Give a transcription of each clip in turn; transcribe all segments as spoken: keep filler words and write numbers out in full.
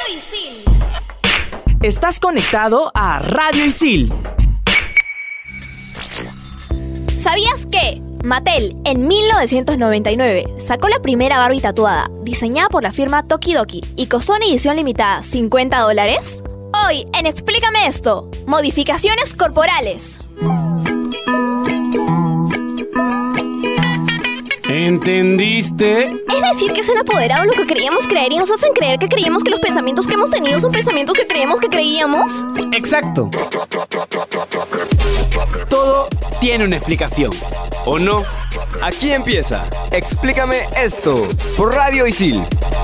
Isil. Estás conectado a Radio Isil. ¿Sabías que Mattel en mil novecientos noventa y nueve sacó la primera Barbie tatuada, diseñada por la firma Tokidoki, y costó en edición limitada cincuenta dólares? Hoy, en Explícame Esto, modificaciones corporales. ¿Entendiste? Es decir, que se han apoderado de lo que creíamos creer y nos hacen creer que creíamos que los pensamientos que hemos tenido son pensamientos que creemos que creíamos. Exacto. Todo tiene una explicación, ¿o no? Aquí empieza Explícame Esto por Radio Isil.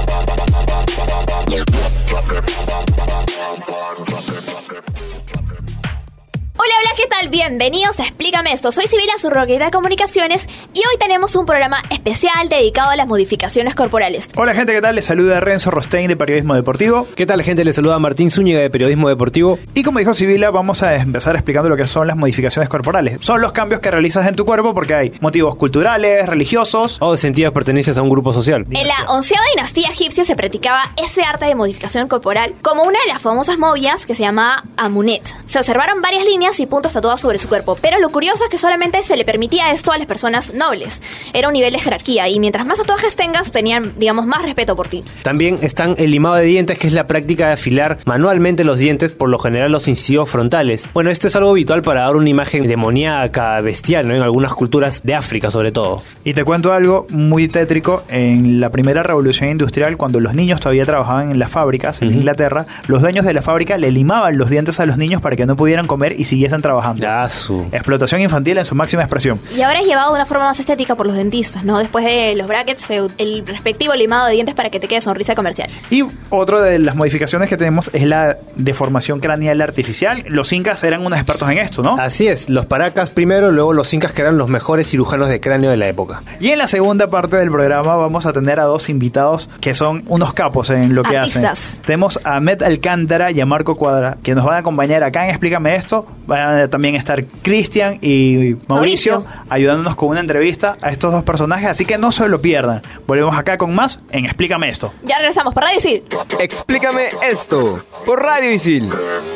Hola, hola, ¿qué tal? Bienvenidos a Explícame Esto. Soy Sibila, su roqueta de comunicaciones, y hoy tenemos un programa especial dedicado a las modificaciones corporales. Hola gente, ¿qué tal? Les saluda Renzo Rostein de Periodismo Deportivo. ¿Qué tal gente? Les saluda Martín Zúñiga de Periodismo Deportivo. Y como dijo Sibila, vamos a empezar explicando lo que son las modificaciones corporales. Son los cambios que realizas en tu cuerpo porque hay motivos culturales, religiosos o de sentidas pertenencias a un grupo social. En la onceava dinastía egipcia se practicaba ese arte de modificación corporal como una de las famosas momias que se llamaba Amunet. Se observaron varias líneas y puntos tatuados sobre su cuerpo, pero lo curioso es que solamente se le permitía esto a las personas nobles. Era un nivel de jerarquía y mientras más tatuajes tengas, tenían, digamos, más respeto por ti. También están el limado de dientes, que es la práctica de afilar manualmente los dientes, por lo general los incisivos frontales. Bueno, esto es algo habitual para dar una imagen demoníaca, bestial, ¿no? En algunas culturas de África sobre todo. Y te cuento algo muy tétrico. En la primera revolución industrial, cuando los niños todavía trabajaban en las fábricas en uh-huh. Inglaterra, los dueños de la fábrica le limaban los dientes a los niños para que no pudieran comer y siguiesen trabajando. Ya, su... Explotación infantil en su máxima expresión. Y ahora es llevado de una forma más estética por los dentistas, ¿no? Después de los brackets, el respectivo limado de dientes para que te quede sonrisa comercial. Y otra de las modificaciones que tenemos es la deformación craneal artificial. Los incas eran unos expertos en esto, ¿no? Así es, los paracas primero, luego los incas, que eran los mejores cirujanos de cráneo de la época. Y en la segunda parte del programa vamos a tener a dos invitados que son unos capos en lo que Artistas. hacen. Tenemos a Ahmed Alcántara y a Marco Cuadra, que nos van a acompañar acá en Explícame Esto. Van a también estar Cristian y Mauricio, Mauricio ayudándonos con una entrevista a estos dos personajes, así que no se lo pierdan. Volvemos acá con más en Explícame Esto. Ya regresamos por Radio Isil. Explícame Esto por Radio Isil.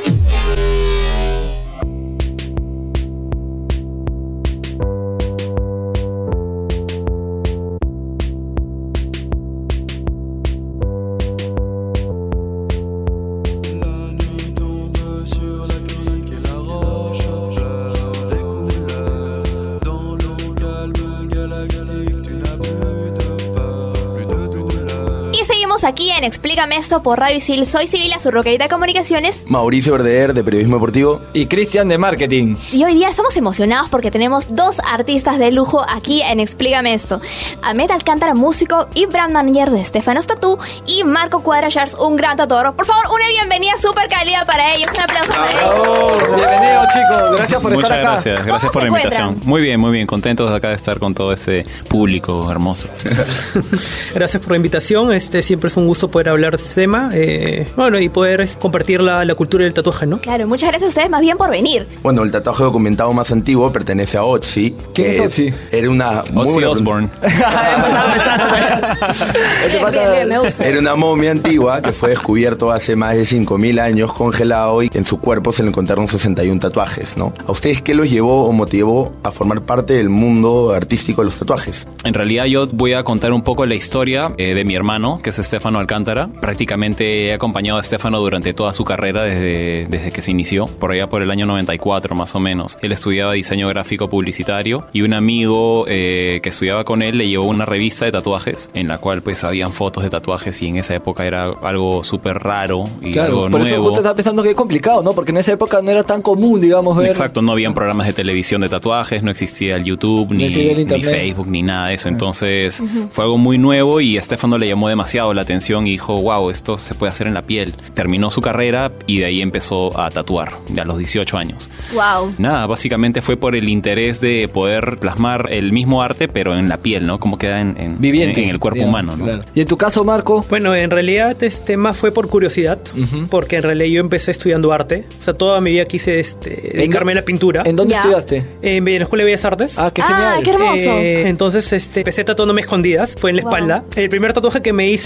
Aquí en Explícame Esto por Radio Isil. Soy Sibila, su roquerita de comunicaciones. Mauricio Verdeer de Periodismo Deportivo. Y Cristian de Marketing. Y hoy día estamos emocionados porque tenemos dos artistas de lujo aquí en Explícame Esto. Ahmed Alcántara, músico y brand manager de Stefanos Tattoo, y Marco Cuadra Charles, un gran tatuador. Por favor, una bienvenida súper cálida para ellos. Un aplauso para ellos. Bienvenidos, chicos. Gracias por Muchas estar acá. gracias, gracias por la invitación. Muy bien, muy bien. Contentos acá de estar con todo este público hermoso. Gracias por la invitación. Este siempre es un gusto poder hablar de este tema, eh, bueno, y poder es, compartir la, la cultura del tatuaje, ¿no? Claro, muchas gracias a ustedes más bien por venir. Bueno, el tatuaje documentado más antiguo pertenece a Otzi. ¿Quién es Otzi? Era una... Otzi Osbourne. bien, bien, bien, me gusta. Era una momia antigua que fue descubierto hace más de cinco mil años, congelado, y en su cuerpo se le encontraron sesenta y uno tatuajes, ¿no? ¿A ustedes qué los llevó o motivó a formar parte del mundo artístico de los tatuajes? En realidad yo voy a contar un poco la historia eh, de mi hermano, que es Stefano Alcántara. Prácticamente he acompañado a Stefano durante toda su carrera desde, desde que se inició, por allá por el año noventa y cuatro más o menos. Él estudiaba diseño gráfico publicitario y un amigo eh, que estudiaba con él le llevó una revista de tatuajes en la cual pues habían fotos de tatuajes, y en esa época era algo súper raro y claro, algo por nuevo. eso justo estaba pensando que es complicado, ¿no? Porque en esa época no era tan común, digamos, ver... Exacto, no habían programas de televisión de tatuajes, no existía el YouTube, ni, el ni Facebook, ni nada de eso. Entonces uh-huh. fue algo muy nuevo y a Stefano le llamó demasiado la atención y dijo, wow, esto se puede hacer en la piel. Terminó su carrera y de ahí empezó a tatuar, a los dieciocho años. Wow. Nada, básicamente fue por el interés de poder plasmar el mismo arte, pero en la piel, ¿no? Como queda en, en, Viviente, en, en el cuerpo digamos, humano, ¿no? Claro. ¿Y en tu caso, Marco? Bueno, en realidad este más fue por curiosidad, uh-huh. porque en realidad yo empecé estudiando arte. O sea, toda mi vida quise este, dedicarme a la pintura. ¿En dónde ya. estudiaste? En la Escuela de Bellas Artes. Ah, qué genial. Ah, qué hermoso. Eh, entonces este, empecé tatuándome escondidas, fue en la wow. espalda. El primer tatuaje que me hice fue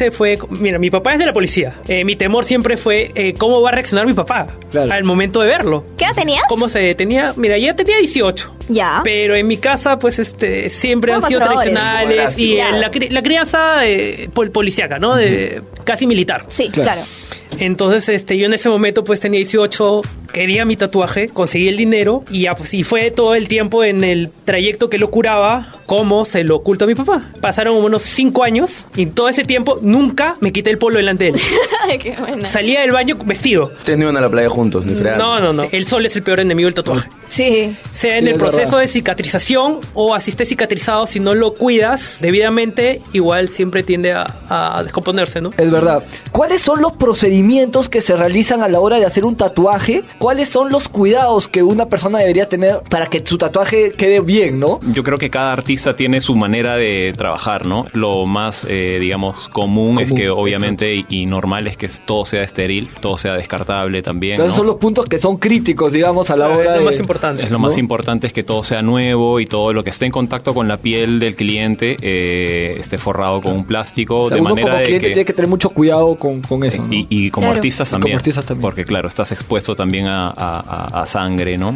mira, mi papá es de la policía. Eh, mi temor siempre fue eh, cómo va a reaccionar mi papá Claro. al momento de verlo. ¿Qué edad tenías? ¿Cómo se tenía? Mira, ya tenía dieciocho. Ya. Pero en mi casa, pues, este, siempre Muy han sido conservadores. tradicionales y Ya. eh, la, cri- la crianza eh, pol- policíaca, ¿no? De, casi militar. Sí, Claro. claro. Entonces, este, yo en ese momento, pues, tenía dieciocho, quería mi tatuaje, conseguí el dinero y ya, pues, y fue todo el tiempo en el trayecto que lo curaba, cómo se lo oculto a mi papá. Pasaron unos cinco años y en todo ese tiempo nunca me quité el polo delante de él. Ay, qué buena. Salía del baño vestido. Ustedes no iban a la playa juntos, ni fregando. No, no, no. El sol es el peor enemigo del tatuaje. Sí. Sea en Sí, el es proceso verdad. de cicatrización o así esté cicatrizado, si no lo cuidas debidamente, igual siempre tiende a, a descomponerse, ¿no? Es verdad. ¿Cuáles son los procedimientos que se realizan a la hora de hacer un tatuaje? ¿Cuáles son los cuidados que una persona debería tener para que su tatuaje quede bien, no? Yo creo que cada artista tiene su manera de trabajar, ¿no? Lo más, eh, digamos, común, es Común, que obviamente y, y normal es que todo sea estéril, todo sea descartable también, Esos ¿no? son los puntos que son críticos, digamos, a la Es hora lo de... más importante. Es lo más ¿no? importante es que todo sea nuevo y todo lo que esté en contacto con la piel del cliente eh, esté forrado con un plástico, O sea, de uno manera como de cliente que... tiene que tener mucho cuidado con, con eso, ¿no? Y, y como Claro. artistas Y como también. artistas también. Porque claro, estás expuesto también a, a- a- a sangre, ¿no?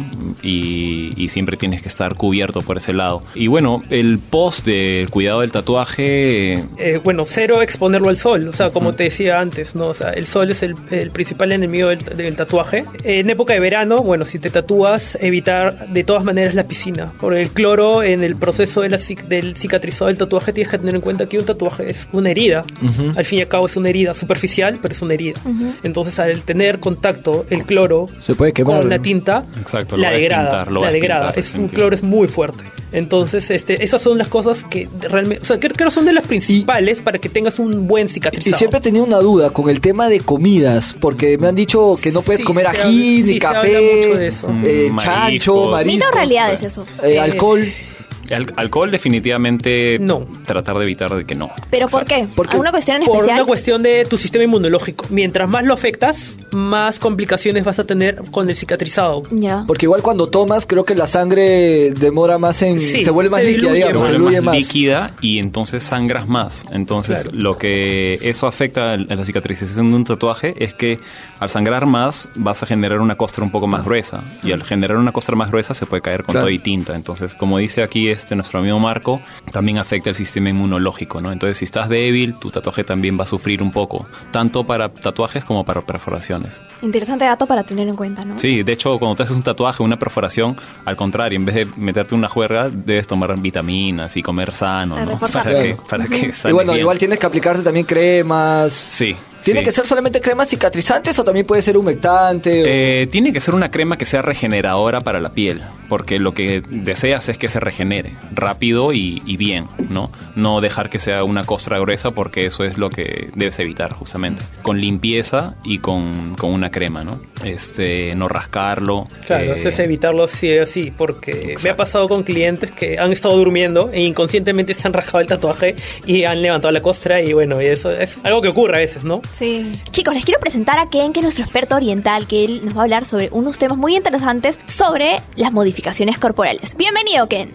Y, y siempre tienes que estar cubierto por ese lado. Y bueno, el post del cuidado del tatuaje... Eh, bueno, cero exponerlo al sol, o sea, como te decía antes, ¿no? O sea, el sol es el, el principal enemigo del, del tatuaje. En época de verano, bueno, si te tatúas, evitar de todas maneras la piscina, porque el cloro en el proceso de la, cic- del cicatrizado del tatuaje tienes que tener en cuenta que un tatuaje es una herida. Al fin y al cabo es una herida superficial, pero es una herida. Entonces, al tener contacto el cloro Se puede quemar, con la ¿no? tinta, Exacto, lo la va a degrada, despintar, lo va la a degrada. despintar, Es un entiendo. cloro es muy fuerte. Entonces, este, esas son las cosas que realmente, o sea, creo que son de las principales para que tengas un buen Y cicatrizado. siempre he tenido una duda con el tema de comidas, porque me han dicho que no puedes Sí, comer se ají, habla- ni sí, se café, habla mucho de eso. eh, Mm, chancho, mariscos. mariscos, ¿Mito o realidad es eso? eh, Eh, alcohol. Al- alcohol definitivamente No. tratar de evitar de que no. ¿Pero por qué? ¿Por qué? ¿Alguna cuestión en Por especial? una cuestión de tu sistema inmunológico. Mientras más lo afectas, más complicaciones vas a tener con el cicatrizado. Ya. Porque igual cuando tomas, creo que la sangre demora más en... Sí, se vuelve más se líquida, diluye digamos, Se se vuelve diluye más más. líquida y entonces sangras más. Entonces, Claro. lo que eso afecta en la cicatrización de un tatuaje es que al sangrar más vas a generar una costra un poco más gruesa. Y al generar una costra más gruesa se puede caer con Claro. todo y tinta. Entonces, como dice aquí este nuestro amigo Marco, también afecta el sistema inmunológico, ¿no? Entonces, si estás débil, tu tatuaje también va a sufrir un poco, tanto para tatuajes como para perforaciones. Interesante dato para tener en cuenta, ¿no? Sí, de hecho, cuando te haces un tatuaje, una perforación, al contrario, en vez de meterte una juerga, debes tomar vitaminas y comer sano, Para ¿no? reforzar. Para que, Claro. para que Y sane bueno, bien. igual tienes que aplicarte también cremas. Sí. ¿Tiene sí. que ser solamente cremas cicatrizantes o también puede ser humectante? o- Eh, tiene que ser una crema que sea regeneradora para la piel, porque lo que deseas es que se regenere rápido y, y bien, ¿no? No dejar que sea una costra gruesa, porque eso es lo que debes evitar justamente. Con limpieza y con, con una crema, ¿no? Este, no rascarlo. Claro, eh, eso es evitarlo así, así, porque me ha Exacto. pasado con clientes que han estado durmiendo e inconscientemente se han rajado el tatuaje y han levantado la costra y bueno, y eso es algo que ocurre a veces, ¿no? Sí. Chicos, les quiero presentar a Ken, que es nuestro experto oriental, que él nos va a hablar sobre unos temas muy interesantes sobre las modificaciones corporales. Bienvenido, Ken.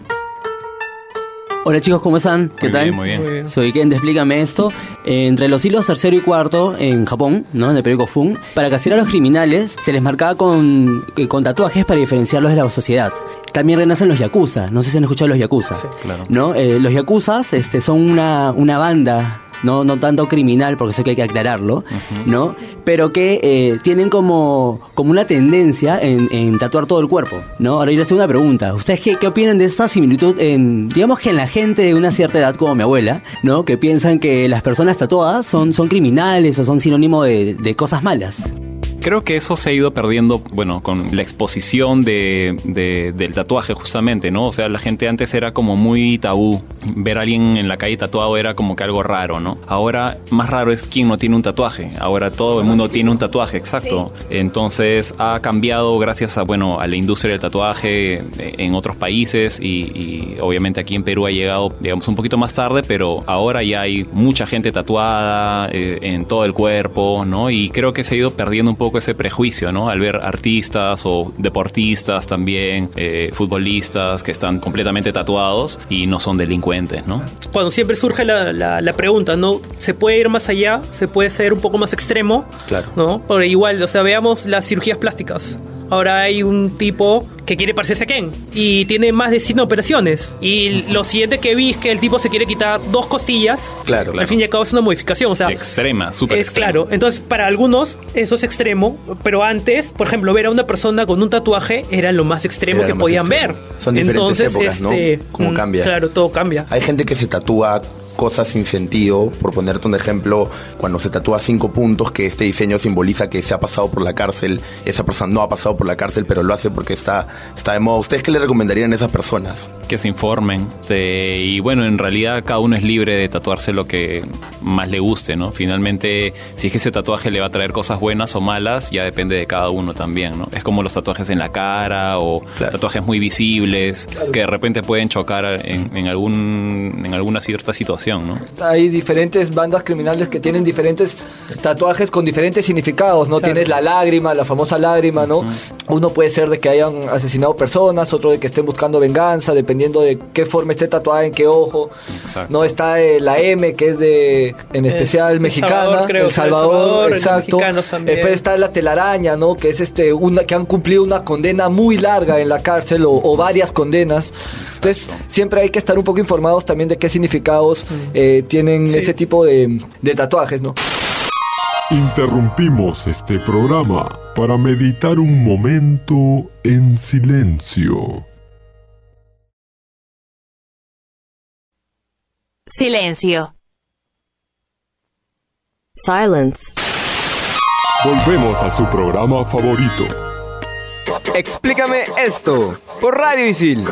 Hola chicos, ¿cómo están? ¿Qué Muy tal? bien, muy bien. Muy bien. Soy Ken de Explícame Esto. Eh, entre los siglos tercero y cuarto en Japón, ¿no? En el periódico Fun, para castigar a los criminales se les marcaba con, eh, con tatuajes para diferenciarlos de la sociedad. También renacen los yakuza. No sé si han escuchado los yakuza. Sí, claro. ¿No? Eh, los yakuzas este, son una, una banda. No, no tanto criminal, porque eso que hay que aclararlo, ¿no? Pero que eh, tienen como, como una tendencia en, en tatuar todo el cuerpo, ¿no? Ahora yo les tengo una pregunta. ¿Ustedes qué, qué opinan de esta similitud en, digamos que en la gente de una cierta edad como mi abuela, ¿no? Que piensan que las personas tatuadas son, son criminales o son sinónimo de, de cosas malas? Creo que eso se ha ido perdiendo, bueno, con la exposición de, de- del tatuaje justamente, ¿no? O sea, la gente antes era como muy tabú. Ver a alguien en la calle tatuado era como que algo raro, ¿no? Ahora, más raro es quien no tiene un tatuaje. Ahora todo el mundo tiene un tatuaje, exacto. Entonces, ha cambiado gracias a, bueno, a la industria del tatuaje en otros países y, y obviamente aquí en Perú ha llegado, digamos, un poquito más tarde, pero ahora ya hay mucha gente tatuada eh, en todo el cuerpo, ¿no? Y creo que se ha ido perdiendo un poco poco ese prejuicio, ¿no? Al ver artistas o deportistas también, eh, futbolistas que están completamente tatuados y no son delincuentes, ¿no? Cuando siempre surge la, la, la pregunta, ¿no? ¿Se puede ir más allá? ¿Se puede ser un poco más extremo? Claro. ¿No? Porque igual, o sea, veamos las cirugías plásticas. Ahora hay un tipo que quiere parecerse a Ken y tiene más de cien operaciones. Y lo siguiente que vi es que el tipo se quiere quitar dos costillas. Claro, Al claro. fin y al cabo es una modificación. O sea, extrema, súper es extrema. claro. Entonces, para algunos eso es extremo, pero antes, por ejemplo, ver a una persona con un tatuaje era lo más extremo Era que lo más podían extremo. ver. Son diferentes Entonces, épocas, ¿no? este, Cómo mm, cambia. Claro, todo cambia. Hay gente que se tatúa cosas sin sentido. Por ponerte un ejemplo, cuando se tatúa cinco puntos, que este diseño simboliza que se ha pasado por la cárcel, esa persona no ha pasado por la cárcel, pero lo hace porque está, está de moda. ¿Ustedes qué le recomendarían a esas personas? Que se informen. Se- y bueno, en realidad cada uno es libre de tatuarse lo que más le guste, ¿no? Finalmente, si es que ese tatuaje le va a traer cosas buenas o malas, ya depende de cada uno también, ¿no? Es como los tatuajes en la cara o Claro. tatuajes muy visibles que de repente pueden chocar en, en algún en alguna cierta situación, ¿no? Hay diferentes bandas criminales que tienen diferentes tatuajes con diferentes significados, ¿no? Claro. Tienes la lágrima, la famosa lágrima, ¿no? Uno puede ser de que hayan asesinado personas, otro de que estén buscando venganza, dependiendo de qué forma esté tatuada, en qué ojo. Exacto. No está eh, la M, que es de, en especial El mexicana, Salvador, creo, El sí, Salvador, El Salvador, los exacto. mexicanos también. Después está la telaraña, ¿no? Que es este una que han cumplido una condena muy larga en la cárcel o, o varias condenas. Entonces, siempre hay que estar un poco informados también de qué significados eh, tienen Sí. ese tipo de, de tatuajes, ¿no? Interrumpimos este programa para meditar un momento en silencio. Silencio. Silence. Volvemos a su programa favorito. Explícame esto por Radio Isil.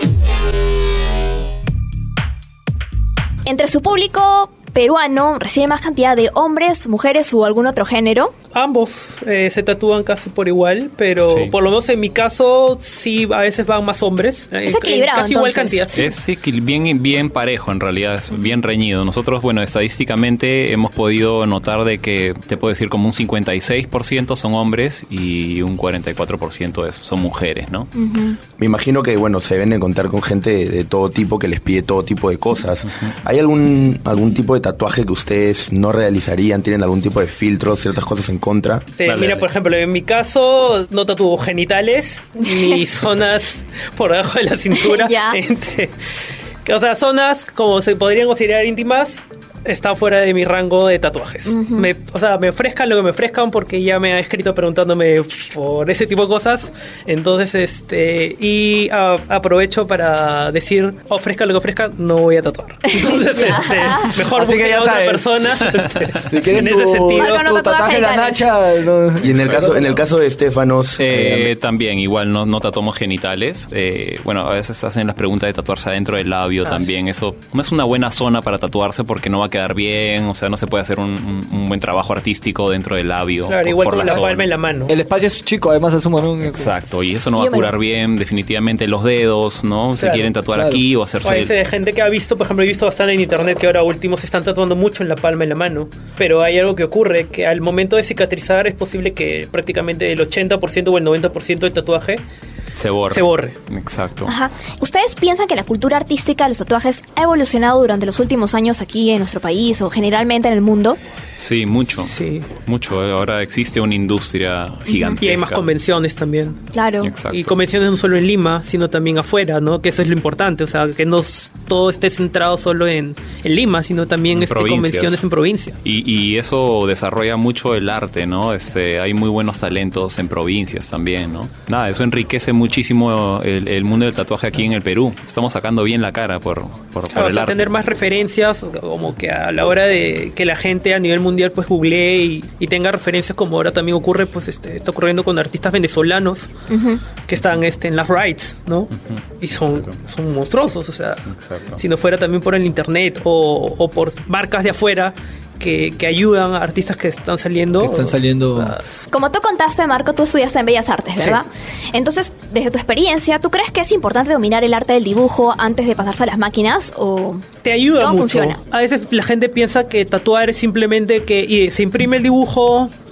Entre su público peruano recibe más cantidad de hombres, mujeres u algún otro género. Ambos eh, se tatúan casi por igual, pero Sí. por lo menos en mi caso sí a veces van más hombres. Es Eh, equilibrado, Casi igual entonces. cantidad. Sí. Es equil- bien, bien parejo en realidad, es bien reñido. Nosotros, bueno, estadísticamente hemos podido notar de que, te puedo decir, como un cincuenta y seis por ciento son hombres y un cuarenta y cuatro por ciento es- son mujeres, ¿no? Me imagino que, bueno, se deben encontrar con gente de, de todo tipo que les pide todo tipo de cosas. ¿Hay algún, algún tipo de tatuaje que ustedes no realizarían? ¿Tienen algún tipo de filtro, ciertas cosas en contra? Este, Dale, mira, dale. por ejemplo, en mi caso no tatúo genitales ni zonas por debajo de la cintura. Ya. Entre, que, o sea, zonas como se podrían considerar íntimas está fuera de mi rango de tatuajes. me, o sea, me ofrezcan lo que me ofrezcan porque ya me ha escrito preguntándome por ese tipo de cosas. Entonces, este, y a- aprovecho para decir, ofrezcan lo que ofrezcan, no voy a tatuar. Entonces, este, mejor Así que busque ya a otra sabes. persona. este, Si quieren en tu, ese sentido. Marco, no tu tatuajes tatuaje en la genitales. nacha, no. Y en el caso, en el caso de Estefanos, Eh, también, igual no, no tatuamos genitales. Eh, bueno, a veces hacen las preguntas de tatuarse adentro del labio Ah, también. Eso no es una buena zona para tatuarse porque no va a quedar bien. O sea, no se puede hacer un, un- un buen trabajo artístico dentro del labio. Claro, por- igual por con la zona. palma en la mano. El espacio es chico, además asumo, ¿no? Exacto, y eso no va Yo a me- curar bien definitivamente los dedos, ¿no? Se Claro, quieren tatuar claro. aquí o O hacerse... hay ese- gente que ha visto, por ejemplo, he visto bastante en internet que ahora último se están tatuando mucho en la palma en la mano. Pero hay algo que ocurre, que al momento de cicatrizar es posible que prácticamente el ochenta por ciento o el noventa por ciento del tatuaje se borre. se borre. Exacto. Ajá. ¿Ustedes piensan que la cultura artística de los tatuajes ha evolucionado durante los últimos años aquí en nuestro país o generalmente en el mundo? Sí, mucho. Sí. Mucho. eh. Ahora existe una industria gigantesca. Y hay más convenciones también. Claro. Exacto. Y convenciones no solo en Lima, sino también afuera, ¿no? Que eso es lo importante, o sea, que no s- todo esté centrado solo en, en Lima, sino también En este, provincias. convenciones en provincia. Y, y eso desarrolla mucho el arte, ¿no? Este, hay muy buenos talentos en provincias también, ¿no? Nada, eso enriquece muchísimo el, el mundo del tatuaje aquí en el Perú. Estamos sacando bien la cara por, por, por Claro, o el sea, arte. tener más referencias, como que a la hora de que la gente a nivel mundial pues googlee y, y tenga referencias, como ahora también ocurre, pues este, está ocurriendo con artistas venezolanos Ujú. que están este, en las rights, ¿no? Y son, son monstruosos, o sea, Exacto. si no fuera también por el internet o, o por marcas de afuera que, que ayudan a artistas que están saliendo. Que están saliendo. Ah, Como tú contaste, Marco, tú estudiaste en Bellas Artes, ¿verdad? Entonces, desde tu experiencia, ¿tú crees que es importante dominar el arte del dibujo antes de pasarse a las máquinas? ¿O te ayuda cómo mucho. funciona? A veces la gente piensa que tatuar es simplemente que y se imprime el dibujo,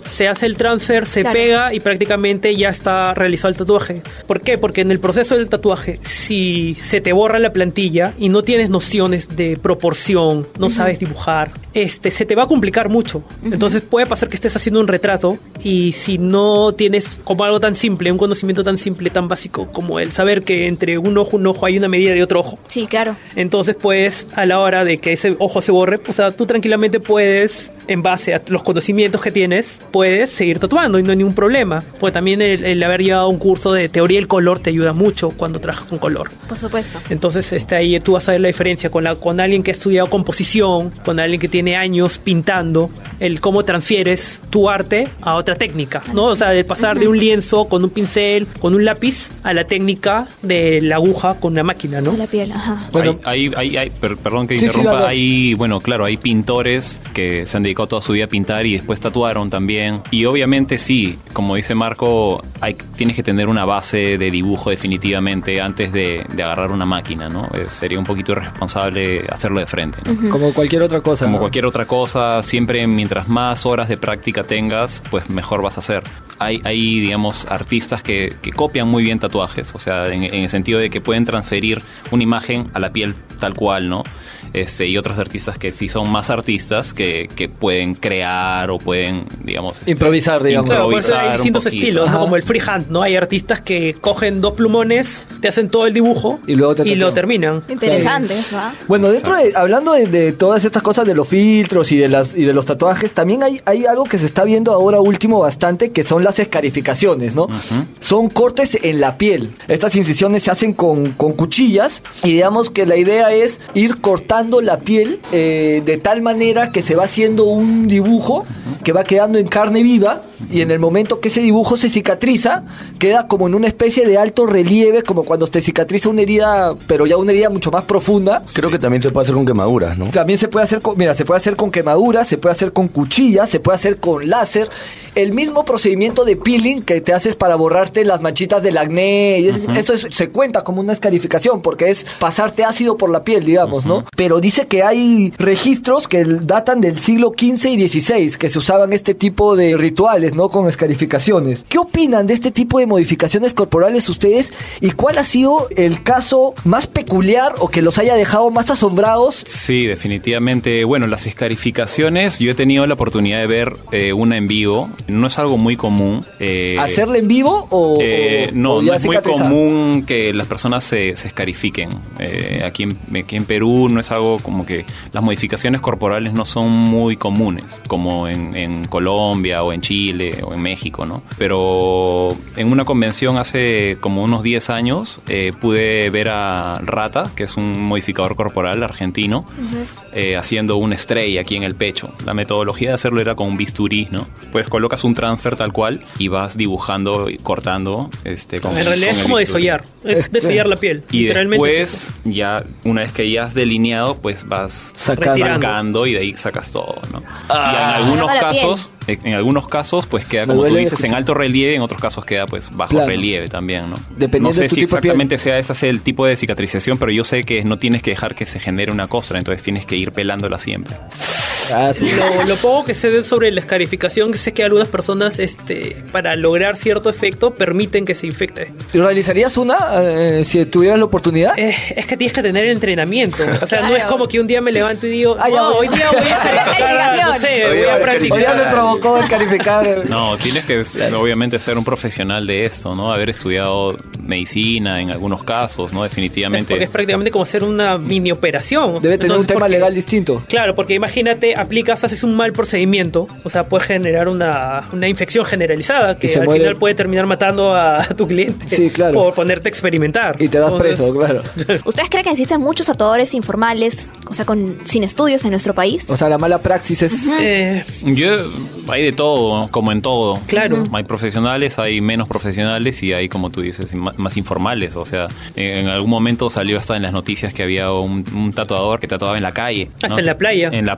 se hace el transfer, se Claro. pega y prácticamente ya está realizado el tatuaje. ¿Por qué? Porque en el proceso del tatuaje, si se te borra la plantilla y no tienes nociones de proporción, no sabes dibujar, este, se te va a complicar mucho. Entonces puede pasar que estés haciendo un retrato y si no tienes como algo tan simple, un conocimiento tan simple, tan básico como el saber que entre un ojo y un ojo hay una medida de otro ojo. Sí, claro. Entonces, pues, a la hora de que ese ojo se borre, o sea, tú tranquilamente puedes, en base a los conocimientos que tienes, puedes seguir tatuando y no hay ningún problema. Pues también el, el haber llevado un curso de teoría del color te ayuda mucho cuando trabajas con color. Por supuesto. Entonces, este, ahí tú vas a ver la diferencia con, la, con alguien que ha estudiado composición, con alguien que tiene años pintando, el cómo transfieres tu arte a otra técnica, ¿no? O sea, de pasar de un lienzo con un pincel, con un lápiz, a la técnica de la aguja con una máquina, ¿no? La piel, ajá. Bueno, hay, hay, hay, hay- per- perdón que Sí, sí, interrumpa, dale. hay, bueno, claro, hay pintores que se han dedicado toda su vida a pintar y después tatuaron también. Y obviamente sí, como dice Marco, hay, tienes que tener una base de dibujo definitivamente antes de, de agarrar una máquina, ¿no? Eh, sería un poquito irresponsable hacerlo de frente, ¿no? Como cualquier otra cosa. Como ¿no? cualquier otra cosa, siempre mientras más horas de práctica tengas, pues mejor vas a hacer. Hay, hay digamos, artistas que, que copian muy bien tatuajes, o sea, en, en el sentido de que pueden transferir una imagen a la piel tal cual, ¿no? Este, y otros artistas que sí son más artistas que, que pueden crear o pueden, digamos... este, Improvisar, digamos. Claro, por eso hay improvisar un distintos poquito. estilos, ¿no? Ajá. Como el freehand, ¿no? Hay artistas que cogen dos plumones, te hacen todo el dibujo Y luego te y lo tatúan. terminan. Interesante eso, ¿ah? Bueno, dentro de, hablando de, de todas estas cosas de los filtros y de las y de los tatuajes, también hay, hay algo que se está viendo ahora último bastante, que son las escarificaciones, ¿no? Son cortes en la piel. Estas incisiones se hacen con, con cuchillas y digamos que la idea es ir cortando la piel eh, de tal manera que se va haciendo un dibujo que va quedando en carne viva y en el momento que ese dibujo se cicatriza, queda como en una especie de alto relieve, como cuando te cicatriza una herida, pero ya una herida mucho más profunda. Creo que también se puede hacer con quemaduras, ¿no? También se puede hacer con, mira, se puede hacer con quemaduras, se puede hacer con cuchillas, se puede hacer con láser. El mismo procedimiento de peeling que te haces para borrarte las manchitas del acné, y ese- eso es- se cuenta como una escarificación porque es pasarte ácido por la piel, digamos, ¿no? Pero dice que hay registros que datan del siglo quince y dieciséis que se usaban este tipo de rituales, ¿no? Con escarificaciones. ¿Qué opinan de este tipo de modificaciones corporales ustedes? ¿Y cuál ha sido el caso más peculiar o que los haya dejado más asombrados? Sí, definitivamente. Bueno, las escarificaciones, yo he tenido la oportunidad de ver eh, una en vivo. No es algo muy común. eh, ¿Hacerla en vivo o, eh, o- no, o ya no es muy cicatrizada? común que las personas se, se escarifiquen. Eh, aquí, en, aquí en Perú no es algo como que las modificaciones corporales no son muy comunes, como en, en Colombia o en Chile o en México, ¿no? Pero en una convención hace como unos diez años eh, pude ver a Rata, que es un modificador corporal argentino, eh, haciendo una estrella aquí en el pecho. La metodología de hacerlo era con un bisturí, ¿no? Pues colocas un transfer tal cual y vas dibujando y cortando. Este, con, En realidad con es el como bisturí. desollar, es desollar la piel. Y literalmente es después, ya una vez que ya has delineado, pues vas Sacando. sacando y de ahí sacas todo, ¿no? Ah. Y en algunos Sacando la piel. casos, en en algunos casos, pues queda Me como tú duele dices, en escuchar. alto relieve, en otros casos queda pues bajo Claro. relieve también, ¿no? Dependiendo no sé de tu si tipo de piel. exactamente sea ese el tipo de cicatrización, pero yo sé que no tienes que dejar que se genere una costra, entonces tienes que ir pelándola siempre. Ah, sí. Lo, lo poco que sé de sobre la escarificación, que sé que algunas personas, este, para lograr cierto efecto, permiten que se infecte. ¿Realizarías una eh, si tuvieras la oportunidad? Eh, es que tienes que tener entrenamiento. O sea, no es Claro. como que un día me levanto y digo, Ah, ya no, voy. hoy día voy a escarificar, no sé, Hoy voy día a voy a Hoy ya me practicar. provocó el calificar. No, tienes que obviamente ser un profesional de esto, ¿no? Haber estudiado medicina en algunos casos, ¿no? Definitivamente. Porque es prácticamente como hacer una mini operación. Debe tener un Entonces, tema porque- legal distinto. Claro, porque imagínate, aplicas, haces un mal procedimiento, o sea, puede generar una, una infección generalizada Y que se al muere. final puede terminar matando a, a tu cliente. Sí, claro. Por ponerte a experimentar. Y te das Entonces, preso, claro. ¿Ustedes creen que existen muchos tatuadores informales, o sea, con, sin estudios en nuestro país? O sea, la mala praxis es... Eh, Yo, hay de todo, como en todo. Claro. Hay profesionales, hay menos profesionales y hay, como tú dices, ma- más informales. O sea, en algún momento salió hasta en las noticias que había un, un tatuador que tatuaba en la calle. ¿no? Hasta en la playa. En la playa.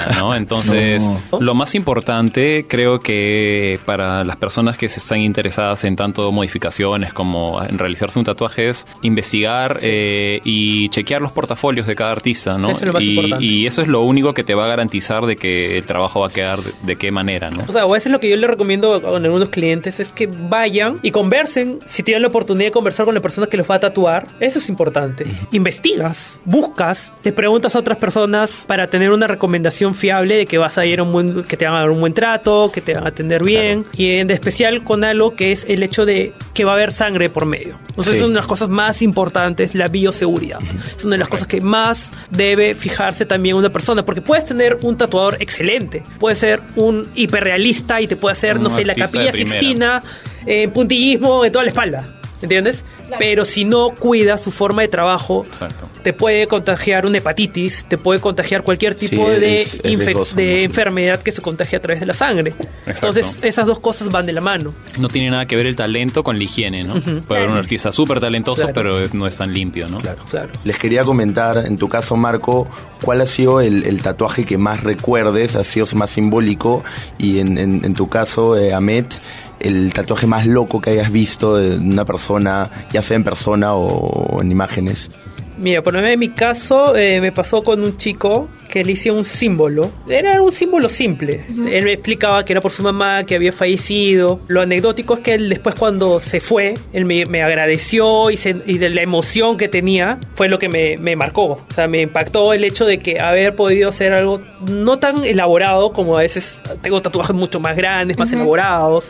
idea, ¿no? Entonces, no. Lo más importante creo que para las personas que se están interesadas en tanto modificaciones como en realizarse un tatuaje es investigar sí. eh, y chequear los portafolios de cada artista, ¿no? Eso es lo más y, importante. Y eso es lo único que te va a garantizar de que el trabajo va a quedar de, de qué manera, ¿no? O sea, o eso es lo que yo le recomiendo a algunos clientes, es que vayan y conversen, si tienen la oportunidad de conversar con la persona que los va a tatuar, eso es importante. Investigas, buscas, le preguntas a otras personas para tener una recomendación fiable de que vas a ir a un buen, que te van a dar un buen trato, que te van a atender bien, claro. Y en especial con algo que es el hecho de que va a haber sangre por medio. Entonces, sí. Es una de las cosas más importantes, la bioseguridad. Es una de las cosas que más debe fijarse también una persona, porque puedes tener un tatuador excelente, puede ser un hiperrealista y te puede hacer, no, no sé, la Capilla Sixtina en eh, puntillismo en toda la espalda, ¿entiendes? Claro. Pero si no cuida su forma de trabajo, exacto. Te puede contagiar una hepatitis, te puede contagiar cualquier tipo sí, de, es, es infec- riesgoso, de ¿no? enfermedad que se contagia a través de la sangre. Exacto. Entonces, esas dos cosas van de la mano. No tiene nada que ver el talento con la higiene, ¿no? Uh-huh. Puede claro. haber un artista súper talentoso, claro. Pero es, no es tan limpio, ¿no? Claro. Claro. Les quería comentar, en tu caso, Marco, ¿cuál ha sido el, el tatuaje que más recuerdes, ha sido más simbólico? Y en, en, en tu caso, eh, Ahmed, el tatuaje más loco que hayas visto de una persona, ya sea en persona o en imágenes. Mira, por ejemplo, en mi caso eh, me pasó con un chico que le hice un símbolo. Era un símbolo simple. Uh-huh. Él me explicaba que era por su mamá, que había fallecido. Lo anecdótico es que él después, cuando se fue, él me, me agradeció y, se, y de la emoción que tenía fue lo que me, me marcó. O sea, me impactó el hecho de que haber podido hacer algo no tan elaborado, como a veces tengo tatuajes mucho más grandes, más uh-huh. elaborados.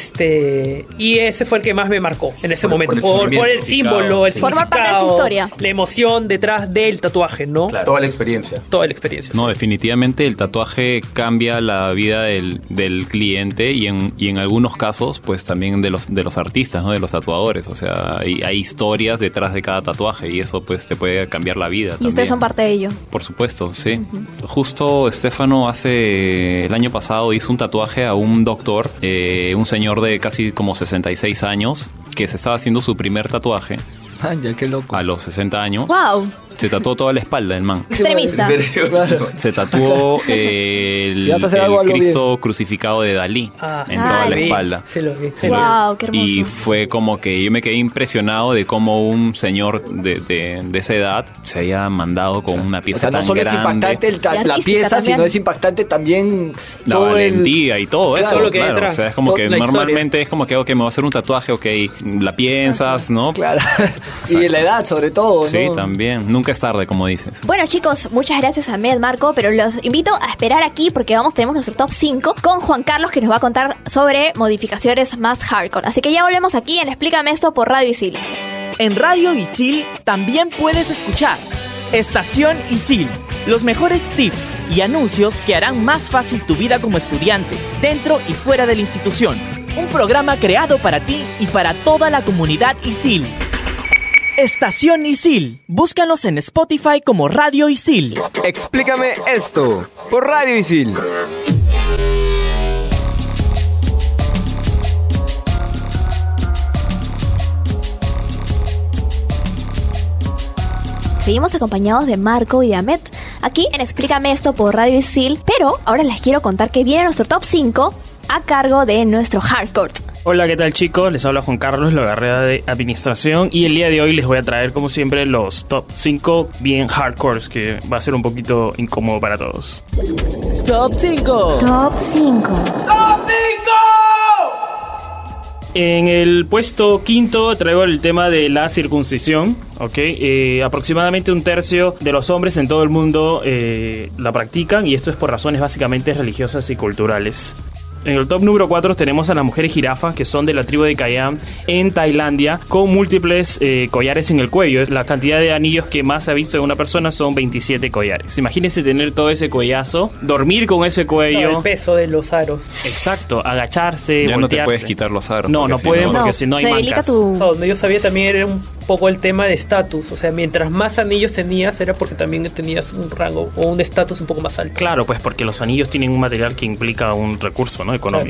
Este, y ese fue el que más me marcó en ese por, momento. Por, por, por el símbolo, el sí. Formar parte de esa historia. La emoción detrás del tatuaje, ¿no? Claro. Toda la experiencia. Toda la experiencia. No, definitivamente el tatuaje cambia la vida del, del cliente y en, y en algunos casos, pues también de los, de los artistas, ¿no? De los tatuadores. O sea, hay, hay historias detrás de cada tatuaje y eso pues te puede cambiar la vida. Y también. Ustedes son parte de ello. Por supuesto, sí. Uh-huh. Justo Estefano hace el año pasado hizo un tatuaje a un doctor, eh, un señor de casi como sesenta y seis años, que se estaba haciendo su primer tatuaje. Ay, ya, qué loco. A los sesenta años. ¡Wow! Se tatuó toda la espalda el man. Extremista. Claro. Se tatuó eh, el, si vas a hacer algo, el Cristo bien. crucificado de Dalí ah, en ah, toda la vi. espalda. Se lo vi. Se wow, lo qué hermoso. Y fue como que yo me quedé impresionado de cómo un señor de, de, de esa edad se haya mandado con una pieza tan grande. O sea, no solo es impactante el ta- la pieza, también. Sino es impactante también la todo valentía el... y todo claro, eso. Lo que claro. detrás, o sea, es como que normalmente historia. Es como que, ok, me voy a hacer un tatuaje, ok, la piensas, ¿no? Claro. Y la edad, sobre todo, ¿no? Sí, también. Nunca es tarde, como dices. Bueno, chicos, muchas gracias a Ahmed, Marco, pero los invito a esperar aquí porque vamos, tenemos nuestro top cinco con Juan Carlos, que nos va a contar sobre modificaciones más hardcore. Así que ya volvemos aquí en Explícame Esto por Radio Isil. En Radio Isil también puedes escuchar Estación Isil, los mejores tips y anuncios que harán más fácil tu vida como estudiante, dentro y fuera de la institución. Un programa creado para ti y para toda la comunidad Isil. Estación Isil. Búscanos en Spotify como Radio Isil. Explícame esto por Radio Isil. Seguimos acompañados de Marco y de Ahmed aquí en Explícame Esto por Radio Isil, pero ahora les quiero contar que viene nuestro top cinco a cargo de nuestro hardcore. Hola, ¿qué tal, chicos? Les habla Juan Carlos, la carrera de administración, y el día de hoy les voy a traer, como siempre, los top cinco bien hardcores, que va a ser un poquito incómodo para todos. Top cinco. Top cinco. Top cinco. En el puesto quinto traigo el tema de la circuncisión, ¿ok? Eh, aproximadamente un tercio de los hombres en todo el mundo eh, la practican, y esto es por razones básicamente religiosas y culturales. En el top número cuatro tenemos a las mujeres jirafas, que son de la tribu de Kayam en Tailandia, con múltiples eh, collares en el cuello. La cantidad de anillos que más se ha visto en una persona son veintisiete collares. Imagínense tener todo ese collazo, dormir con ese cuello. Todo el peso de los aros. Exacto, agacharse, ya voltearse. no te puedes quitar los aros. No, no si pueden no, porque no, si no hay se debilita mancas. tu... No, yo sabía también era un poco el tema de estatus. O sea, mientras más anillos tenías era porque también tenías un rango o un estatus un poco más alto. Claro, pues porque los anillos tienen un material que implica un recurso, ¿no? Económico. Claro.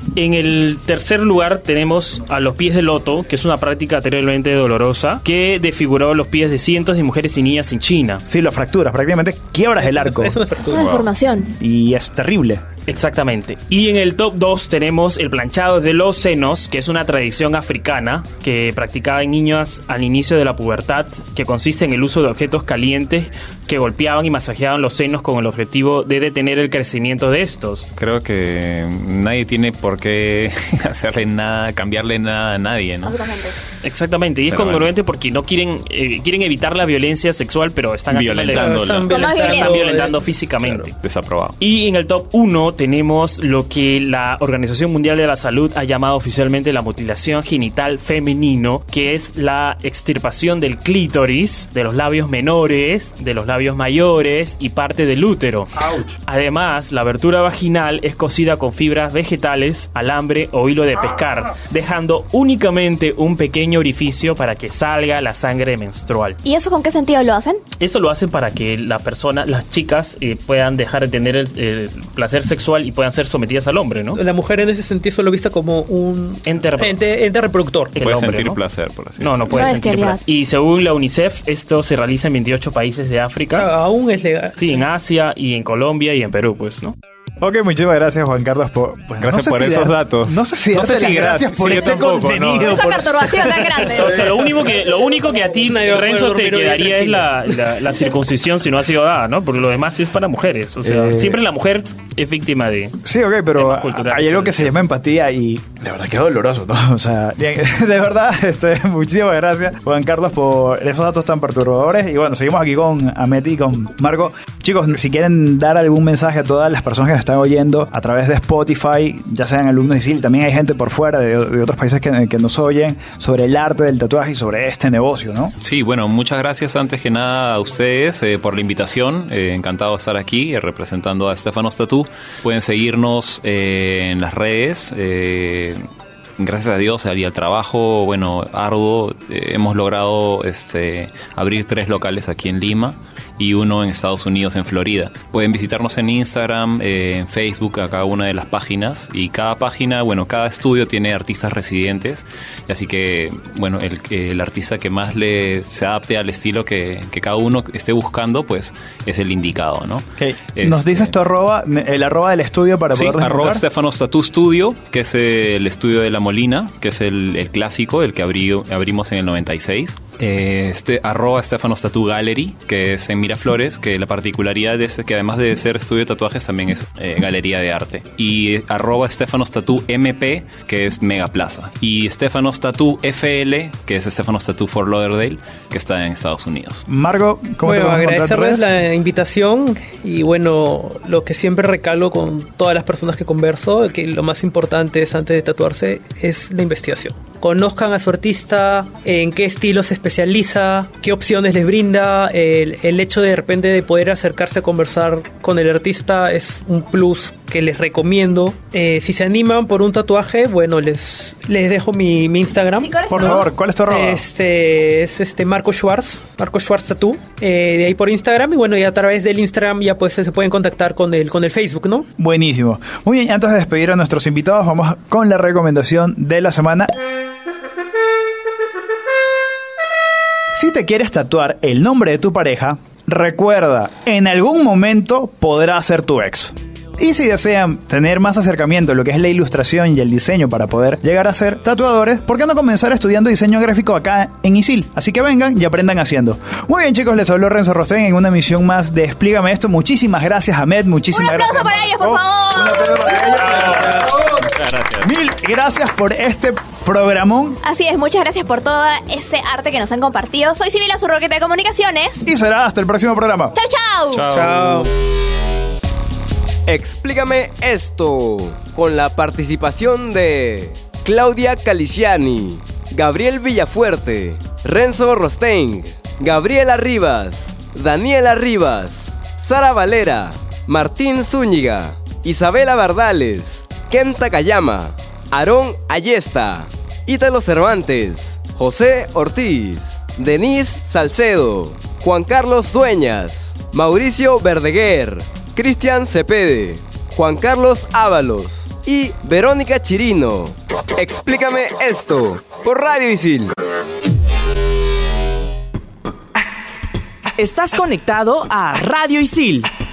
En el tercer lugar tenemos a los pies de loto, que es una práctica terriblemente dolorosa, que desfiguró los pies de cientos de mujeres y niñas en China. Sí, lo fracturas, prácticamente quiebras el arco. Es una fractura. Una deformación. Y es terrible. Exactamente. Y en el top dos tenemos el planchado de los senos, que es una tradición africana que practicaba en niñas al inicio de la pubertad, que consiste en el uso de objetos calientes que golpeaban y masajeaban los senos con el objetivo de detener el crecimiento de estos. Creo que nadie tiene por qué hacerle nada, cambiarle nada a nadie, ¿no? Exactamente, y es Pero congruente porque no quieren eh, quieren evitar la violencia sexual, pero están Violentándola. Están Están violentando, están violentando eh, físicamente. Desaprobado. Y en el top uno tenemos lo que la Organización Mundial de la Salud ha llamado oficialmente la mutilación genital femenino, que es la extirpación del clítoris, de los labios menores, de los labios mayores y parte del útero. Ouch. Además, la abertura vaginal es cosida con fibras vegetales, alambre o hilo de pescar, dejando únicamente un pequeño orificio para que salga la sangre menstrual. ¿Y eso con qué sentido lo hacen? Eso lo hacen para que la persona, las chicas eh, puedan dejar de tener el, el placer sexual y puedan ser sometidas al hombre, ¿no? La mujer en ese sentido solo vista como un ente, ente, ente reproductor. Puede hombre, sentir ¿no? placer, por así No, no puede sentir placer. Y según la UNICEF, esto se realiza en veintiocho países de África. O sea, aún es legal. Sí, sí, en Asia y en Colombia y en Perú, pues, ¿no? Ok, muchísimas gracias, Juan Carlos, por... Pues, gracias no por si esos dar, datos. No sé si no sé si gracias, gracias por sí, este tampoco, contenido. No. Esa por... perturbación tan grande. O sea, lo único que, lo único que a ti, Renzo, te quedaría es la, la, la circuncisión si no ha sido dada, ¿no? Porque lo demás es para mujeres. O sea, eh... siempre la mujer es víctima de... Sí, ok, pero hay algo que se llama empatía y de verdad que es doloroso, ¿no? O sea, bien, de verdad, este, muchísimas gracias, Juan Carlos, por esos datos tan perturbadores. Y bueno, seguimos aquí con Amet y con Marco. Chicos, si quieren dar algún mensaje a todas las personas que están oyendo a través de Spotify, ya sean alumnos de I S I L, también hay gente por fuera de, de otros países que, que nos oyen sobre el arte del tatuaje y sobre este negocio, ¿no? Sí, bueno, muchas gracias antes que nada a ustedes eh, por la invitación. Eh, encantado de estar aquí eh, representando a Stefanos Tattoo. Pueden seguirnos eh, en las redes. Eh, Gracias a Dios y al trabajo, bueno, arduo, eh, hemos logrado este, abrir tres locales aquí en Lima y uno en Estados Unidos, en Florida. Pueden visitarnos en Instagram, eh, en Facebook, a cada una de las páginas. Y cada página, bueno, cada estudio tiene artistas residentes. Y así que, bueno, el, el artista que más le se adapte al estilo que, que cada uno esté buscando, pues es el indicado, ¿no? Okay. Este, ¿Nos dices tu arroba, el arroba del estudio para sí, poder arroba Stefanos Tattoo Studio, que es el estudio de La Molina, que es el, el clásico, el que abrí, abrimos en el noventa y seis. Este, arroba Stefanos Tattoo Gallery, que es en Miraflores, que la particularidad es que además de ser estudio de tatuajes también es eh, galería de arte. Y eh, arroba Stefanos Tattoo M P, que es Mega Plaza. Y Stefanos Tattoo F L, que es Stefanos Tattoo Fort Lauderdale, que está en Estados Unidos. Margo, ¿cómo bueno, te vas a agradecerles la invitación y bueno, lo que siempre recalo con todas las personas que converso, que lo más importante es antes de tatuarse es la investigación. Conozcan a su artista, en qué estilo se especializa, qué opciones les brinda. El, el hecho de, de repente de poder acercarse a conversar con el artista es un plus que les recomiendo. Eh, si se animan por un tatuaje, bueno, les, les dejo mi, mi Instagram. Sí, por favor, ¿cuál es tu arroba? Este, es este Marco Schwartz, Marco Schwartz Tattoo. Eh, de ahí por Instagram y bueno, y a través del Instagram ya pues se pueden contactar con el, con el Facebook, ¿no? Buenísimo. Muy bien, antes de despedir a nuestros invitados, vamos con la recomendación de la semana. Si te quieres tatuar el nombre de tu pareja, recuerda, en algún momento podrá ser tu ex. Y si desean tener más acercamiento a lo que es la ilustración y el diseño para poder llegar a ser tatuadores, ¿por qué no comenzar estudiando diseño gráfico acá en I S I L? Así que vengan y aprendan haciendo. Muy bien, chicos, les habló Renzo Rosten en una emisión más de Explícame Esto. Muchísimas gracias, Ahmed. Muchísimas gracias. gracias. Un aplauso para ellos, por favor. Un aplauso para ellos. Muchas gracias. Mil gracias por este programón. Así es, muchas gracias por todo este arte que nos han compartido. Soy Sibila, su roqueta de comunicaciones. Y será hasta el próximo programa. Chau, chau. Chao. Explícame esto, con la participación de Claudia Caliciani, Gabriel Villafuerte, Renzo Rosten, Gabriela Rivas, Daniela Rivas, Sara Valera, Martín Zúñiga, Isabela Bardales, Ken Takayama, Aarón Ayesta, Ítalo Cervantes, José Ortiz, Denise Salcedo, Juan Carlos Dueñas, Mauricio Verdeguer, Cristian Cepede, Juan Carlos Ábalos, y Verónica Chirino. Explícame esto por Radio Isil. Estás conectado a Radio Isil.